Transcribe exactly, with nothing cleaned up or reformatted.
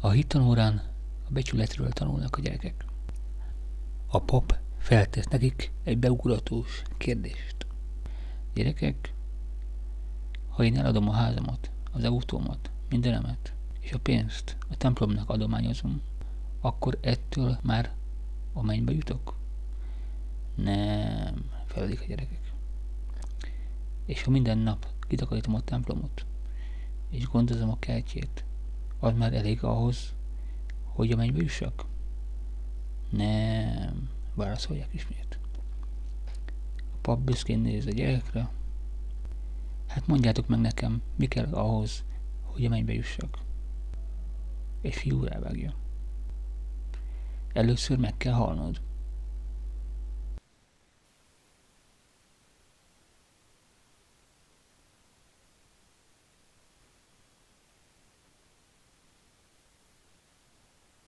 A hittanórán a becsületről tanulnak a gyerekek. A pap feltesz nekik egy beugratós kérdést. Gyerekek, ha én eladom a házamat, az autómat, mindenemet, és a pénzt a templomnak adományozom, akkor ettől már a mennybe jutok? Nem, felelik a gyerekek. És ha minden nap kitakarítom a templomot, és gondozom a kertjét, az már elég ahhoz, hogy a mennybe jussak? Nem, válaszolják ismét. A pap büszkén néz a gyerekre. Hát mondjátok meg nekem, mi kell ahhoz, hogy a mennybe jussak. Egy fiú rávágja. Először meg kell halnod.